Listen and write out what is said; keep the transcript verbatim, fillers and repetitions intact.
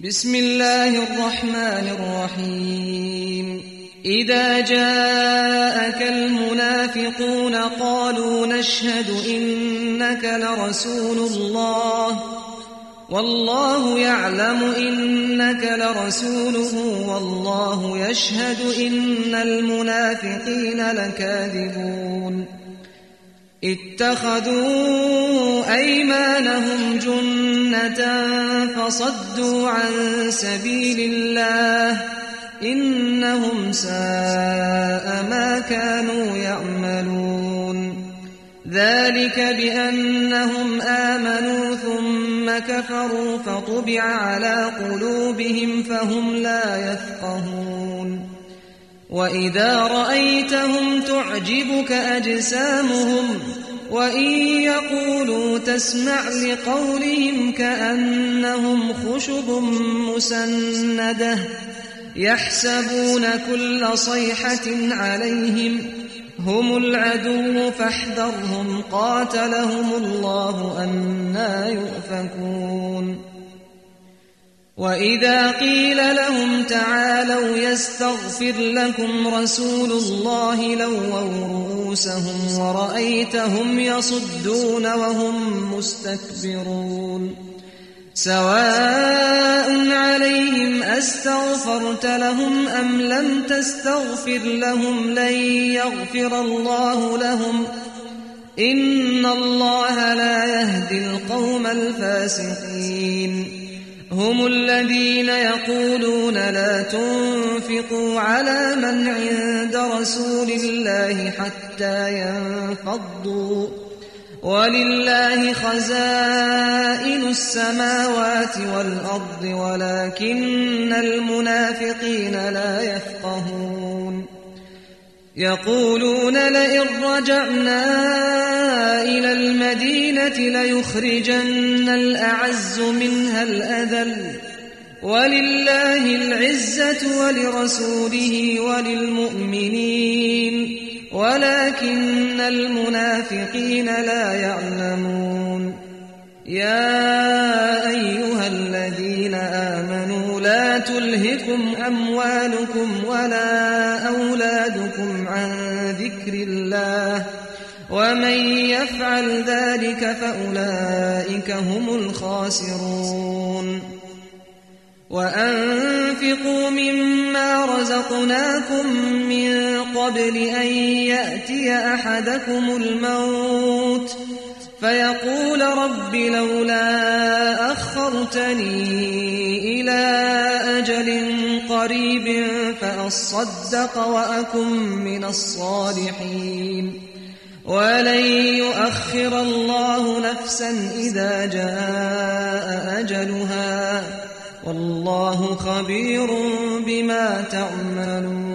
بسم الله الرحمن الرحيم إذا جاءك المنافقون قالوا نشهد إنك لرسول الله والله يعلم إنك لرسوله والله يشهد إن المنافقين لكاذبون اتخذوا أيمانهم جنة فصدوا عن سبيل الله إنهم ساء ما كانوا يعملون ذلك بأنهم آمنوا ثم كفروا فطبع على قلوبهم فهم لا يفقهون وإذا رأيتهم تعجبك أجسامهم وإن يقولوا تسمع لقولهم كأنهم خشب مسندة يحسبون كل صيحة عليهم هم العدو فاحذرهم قاتلهم الله أنى يؤفكون وإذا قيل لهم تعالوا يستغفر لكم رسول الله لووا رؤوسهم ورأيتهم يصدون وهم مستكبرون سواء عليهم أستغفرت لهم أم لم تستغفر لهم لن يغفر الله لهم إن الله لا يهدي القوم الفاسقين هم الذين يقولون لا تنفقوا على من عند رسول الله حتى ينفضوا ولله خزائن السماوات والأرض ولكن المنافقين لا يفقهون يقولون لئن رجعنا إلى المدينة ليخرجن الأعز منها الأذل ولله العزة ولرسوله وللمؤمنين ولكن المنافقين لا يعلمون يا أيها الذين آمنوا لا تلهكم أموالكم ولا أولادكم عن ذكر الله ومن يفعل ذلك فأولئك هم الخاسرون وأنفقوا مما رزقناكم من قبل أن يأتي أحدكم الموت فيقول رب لولا أخرتني إلى أجل قريب فأصدق وأكن من الصالحين ولن يؤخر الله نفسا إذا جاء أجلها والله خبير بما تعملون